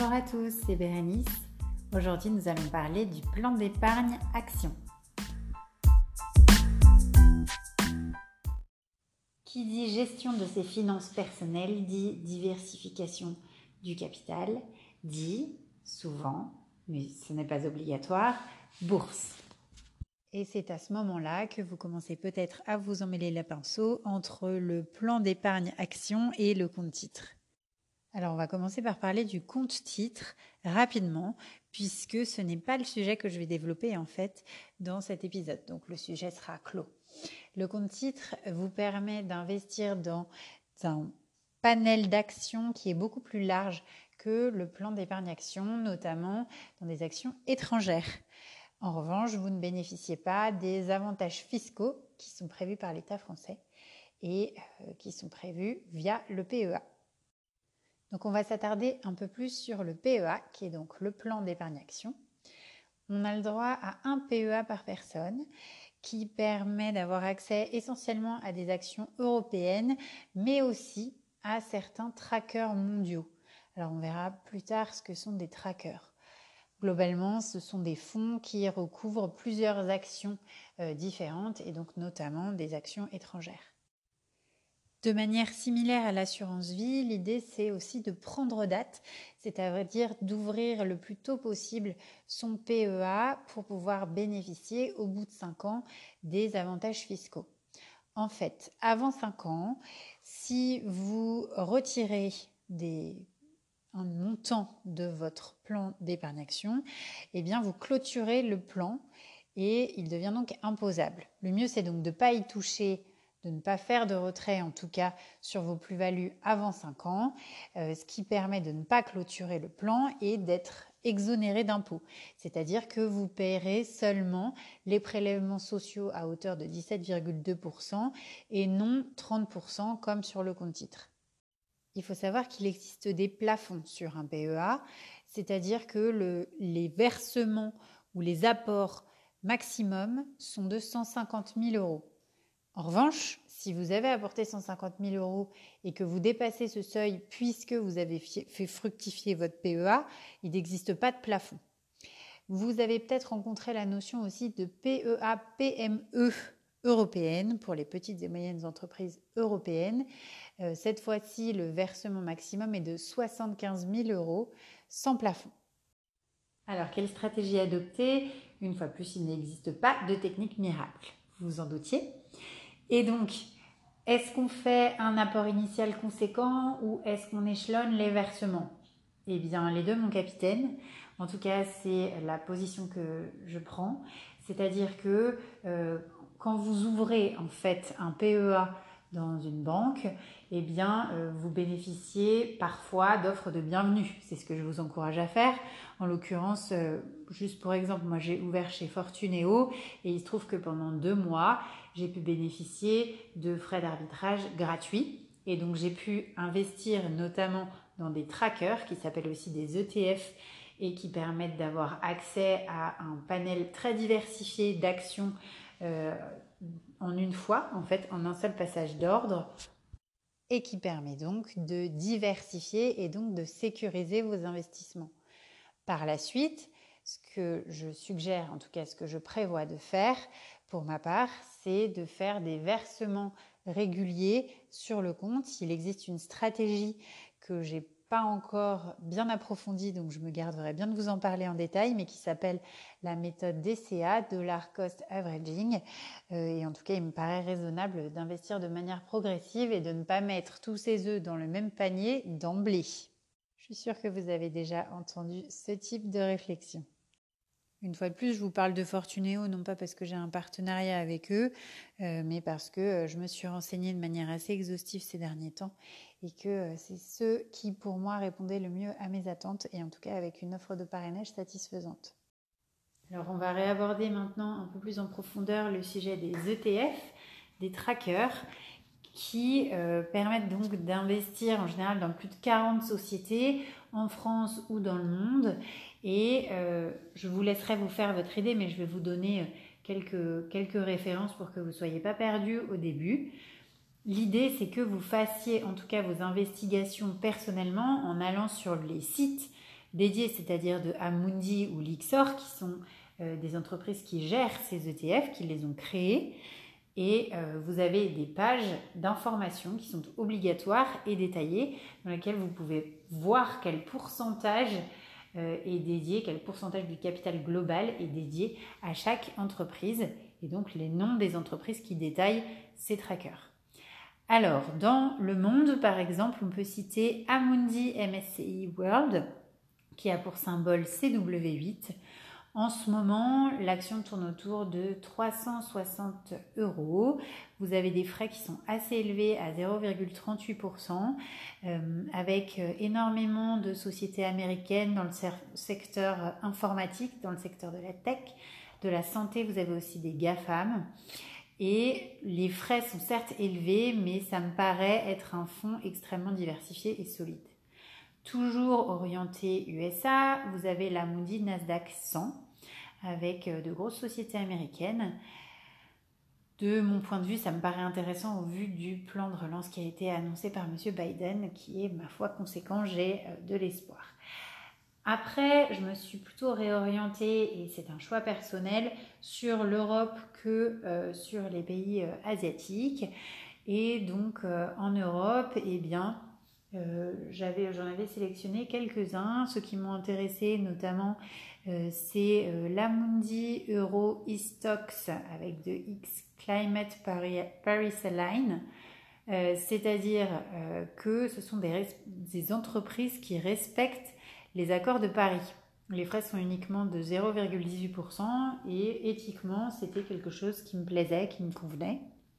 Bonjour à tous, c'est Bérénice. Aujourd'hui, nous allons parler du plan d'épargne action. Qui dit gestion de ses finances personnelles dit diversification du capital, dit souvent, mais ce n'est pas obligatoire, bourse. Et c'est à ce moment-là que vous commencez peut-être à vous emmêler les pinceaux entre le plan d'épargne action et le compte titre. Alors, on va commencer par parler du compte titre rapidement, puisque ce n'est pas le sujet que je vais développer en fait dans cet épisode. Donc, le sujet sera clos. Le compte titre vous permet d'investir dans un panel d'actions qui est beaucoup plus large que le plan d'épargne action, notamment dans des actions étrangères. En revanche, vous ne bénéficiez pas des avantages fiscaux qui sont prévus par l'État français et qui sont prévus via le PEA. Donc, on va s'attarder un peu plus sur le PEA, qui est donc le plan d'épargne action. On a le droit à un PEA par personne qui permet d'avoir accès essentiellement à des actions européennes, mais aussi à certains trackers mondiaux. Alors, on verra plus tard ce que sont des trackers. Globalement, ce sont des fonds qui recouvrent plusieurs actions différentes et donc notamment des actions étrangères. De manière similaire à l'assurance vie, l'idée c'est aussi de prendre date, c'est-à-dire d'ouvrir le plus tôt possible son PEA pour pouvoir bénéficier au bout de 5 ans des avantages fiscaux. En fait, avant 5 ans, si vous retirez un montant de votre plan d'épargne action, eh bien vous clôturez le plan et il devient donc imposable. Le mieux c'est donc de ne pas y toucher, de ne pas faire de retrait en tout cas sur vos plus-values avant 5 ans, ce qui permet de ne pas clôturer le plan et d'être exonéré d'impôts. C'est-à-dire que vous paierez seulement les prélèvements sociaux à hauteur de 17,2% et non 30% comme sur le compte titre. Il faut savoir qu'il existe des plafonds sur un PEA, c'est-à-dire que les versements ou les apports maximum sont de 150 000 euros. En revanche, si vous avez apporté 150 000 euros et que vous dépassez ce seuil puisque vous avez fait fructifier votre PEA, il n'existe pas de plafond. Vous avez peut-être rencontré la notion aussi de PEA-PME européenne pour les petites et moyennes entreprises européennes. Cette fois-ci, le versement maximum est de 75 000 euros sans plafond. Alors, quelle stratégie adopter ? Une fois de plus, il n'existe pas de technique miracle. Vous vous en doutiez ? Et donc, est-ce qu'on fait un apport initial conséquent ou est-ce qu'on échelonne les versements ? Eh bien, les deux, mon capitaine. En tout cas, c'est la position que je prends. C'est-à-dire que quand vous ouvrez en fait un PEA dans une banque, eh bien, vous bénéficiez parfois d'offres de bienvenue. C'est ce que je vous encourage à faire. En l'occurrence, juste pour exemple, moi j'ai ouvert chez Fortuneo et il se trouve que pendant 2 mois, j'ai pu bénéficier de frais d'arbitrage gratuits. Et donc, j'ai pu investir notamment dans des trackers qui s'appellent aussi des ETF et qui permettent d'avoir accès à un panel très diversifié d'actions en une fois, en fait, en un seul passage d'ordre, et qui permet donc de diversifier et donc de sécuriser vos investissements. Par la suite, ce que je suggère, en tout cas ce que je prévois de faire pour ma part, c'est de faire des versements réguliers sur le compte. Il existe une stratégie que j'ai pas encore bien approfondie, donc je me garderai bien de vous en parler en détail, mais qui s'appelle la méthode DCA, Dollar Cost Averaging. Et en tout cas, il me paraît raisonnable d'investir de manière progressive et de ne pas mettre tous ses œufs dans le même panier d'emblée. Je suis sûre que vous avez déjà entendu ce type de réflexion. Une fois de plus, je vous parle de Fortuneo, non pas parce que j'ai un partenariat avec eux, mais parce que je me suis renseignée de manière assez exhaustive ces derniers temps et que c'est ceux qui, pour moi, répondaient le mieux à mes attentes et en tout cas avec une offre de parrainage satisfaisante. Alors, on va réaborder maintenant un peu plus en profondeur le sujet des ETF, des trackers, qui permettent donc d'investir en général dans plus de 40 sociétés en France ou dans le monde. Et je vous laisserai vous faire votre idée, mais je vais vous donner quelques références pour que vous ne soyez pas perdus au début. L'idée, c'est que vous fassiez en tout cas vos investigations personnellement en allant sur les sites dédiés, c'est-à-dire de Amundi ou Lyxor, qui sont des entreprises qui gèrent ces ETF, qui les ont créés. Et vous avez des pages d'information qui sont obligatoires et détaillées, dans lesquelles vous pouvez voir quel pourcentage est dédié, quel pourcentage du capital global est dédié à chaque entreprise, et donc les noms des entreprises qui détaillent ces trackers. Alors, dans le monde, par exemple, on peut citer Amundi MSCI World, qui a pour symbole CW8. En ce moment, l'action tourne autour de 360 €. Vous avez des frais qui sont assez élevés à 0,38%, avec énormément de sociétés américaines dans le secteur informatique, dans le secteur de la tech, de la santé. Vous avez aussi des GAFAM. Et les frais sont certes élevés, mais ça me paraît être un fonds extrêmement diversifié et solide. Toujours orienté USA, vous avez l'Amundi Nasdaq 100 avec de grosses sociétés américaines. De mon point de vue, ça me paraît intéressant au vu du plan de relance qui a été annoncé par M. Biden, qui est, ma foi, conséquent. J'ai de l'espoir. Après, je me suis plutôt réorientée, et c'est un choix personnel, sur l'Europe que sur les pays asiatiques. Et donc, en Europe, eh bien, j'en avais sélectionné quelques-uns. Ceux qui m'ont intéressé notamment, c'est l'Amundi Euro e-Stocks avec de X Climate Paris Align, c'est-à-dire que ce sont des entreprises qui respectent les accords de Paris. Les frais sont uniquement de 0,18% et éthiquement, c'était quelque chose qui me plaisait, qui me convenait.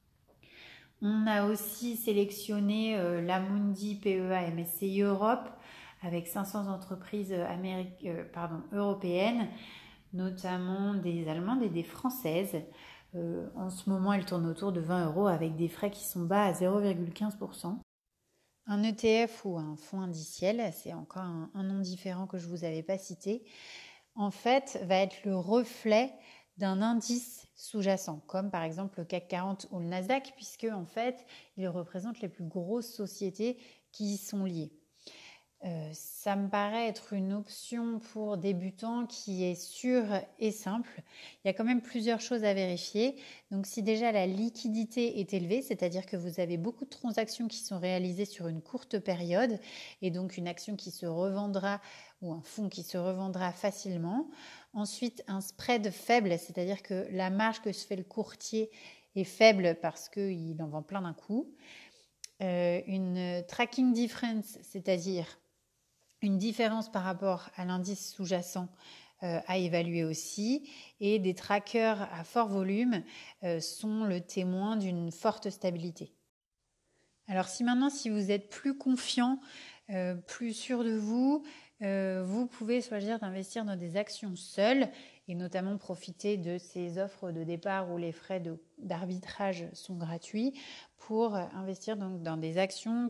On a aussi sélectionné l'Amundi PEA MSCI Europe avec 500 entreprises européennes, notamment des allemandes et des françaises. En ce moment, elles tournent autour de 20 € avec des frais qui sont bas à 0,15%. Un ETF ou un fonds indiciel, c'est encore un nom différent que je ne vous avais pas cité, en fait, va être le reflet d'un indice sous-jacent, comme par exemple le CAC 40 ou le Nasdaq, puisque en fait, il représente les plus grosses sociétés qui y sont liées. Ça me paraît être une option pour débutants qui est sûre et simple. Il y a quand même plusieurs choses à vérifier. Donc si déjà la liquidité est élevée, c'est-à-dire que vous avez beaucoup de transactions qui sont réalisées sur une courte période et donc une action qui se revendra ou un fonds qui se revendra facilement. Ensuite, un spread faible, c'est-à-dire que la marge que se fait le courtier est faible parce qu'il en vend plein d'un coup. Une tracking difference, c'est-à-dire une différence par rapport à l'indice sous-jacent à évaluer aussi, et des trackers à fort volume sont le témoin d'une forte stabilité. Alors si vous êtes plus confiant, plus sûr de vous, vous pouvez choisir d'investir dans des actions seules et notamment profiter de ces offres de départ où les frais d'arbitrage sont gratuits pour investir donc dans des actions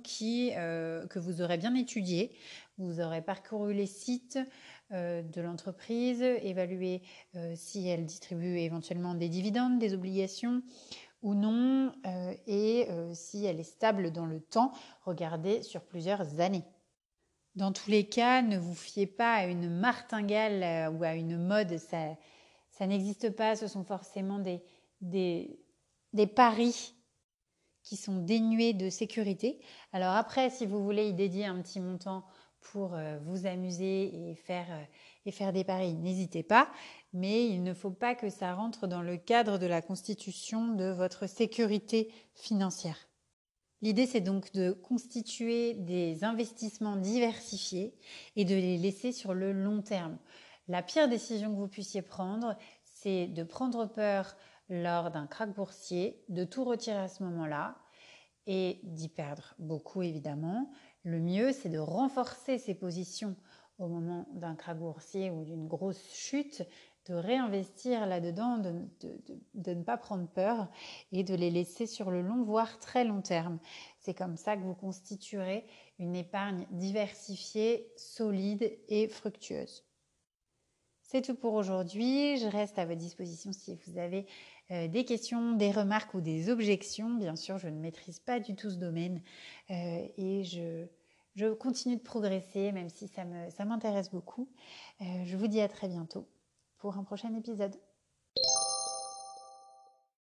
que vous aurez bien étudiées. Vous aurez parcouru les sites de l'entreprise, évalué si elle distribue éventuellement des dividendes, des obligations ou non, et si elle est stable dans le temps, regardez sur plusieurs années. Dans tous les cas, ne vous fiez pas à une martingale ou à une mode, ça n'existe pas, ce sont forcément des paris qui sont dénués de sécurité. Alors après, si vous voulez y dédier un petit montant pour vous amuser et faire des paris, n'hésitez pas, mais il ne faut pas que ça rentre dans le cadre de la constitution de votre sécurité financière. L'idée, c'est donc de constituer des investissements diversifiés et de les laisser sur le long terme. La pire décision que vous puissiez prendre, c'est de prendre peur lors d'un krach boursier, de tout retirer à ce moment-là et d'y perdre beaucoup évidemment. Le mieux, c'est de renforcer ses positions au moment d'un krach boursier ou d'une grosse chute, de réinvestir là-dedans, de ne pas prendre peur et de les laisser sur le long, voire très long terme. C'est comme ça que vous constituerez une épargne diversifiée, solide et fructueuse. C'est tout pour aujourd'hui. Je reste à votre disposition si vous avez des questions, des remarques ou des objections. Bien sûr, je ne maîtrise pas du tout ce domaine et je continue de progresser, même si ça m'intéresse beaucoup. Je vous dis à très bientôt pour un prochain épisode.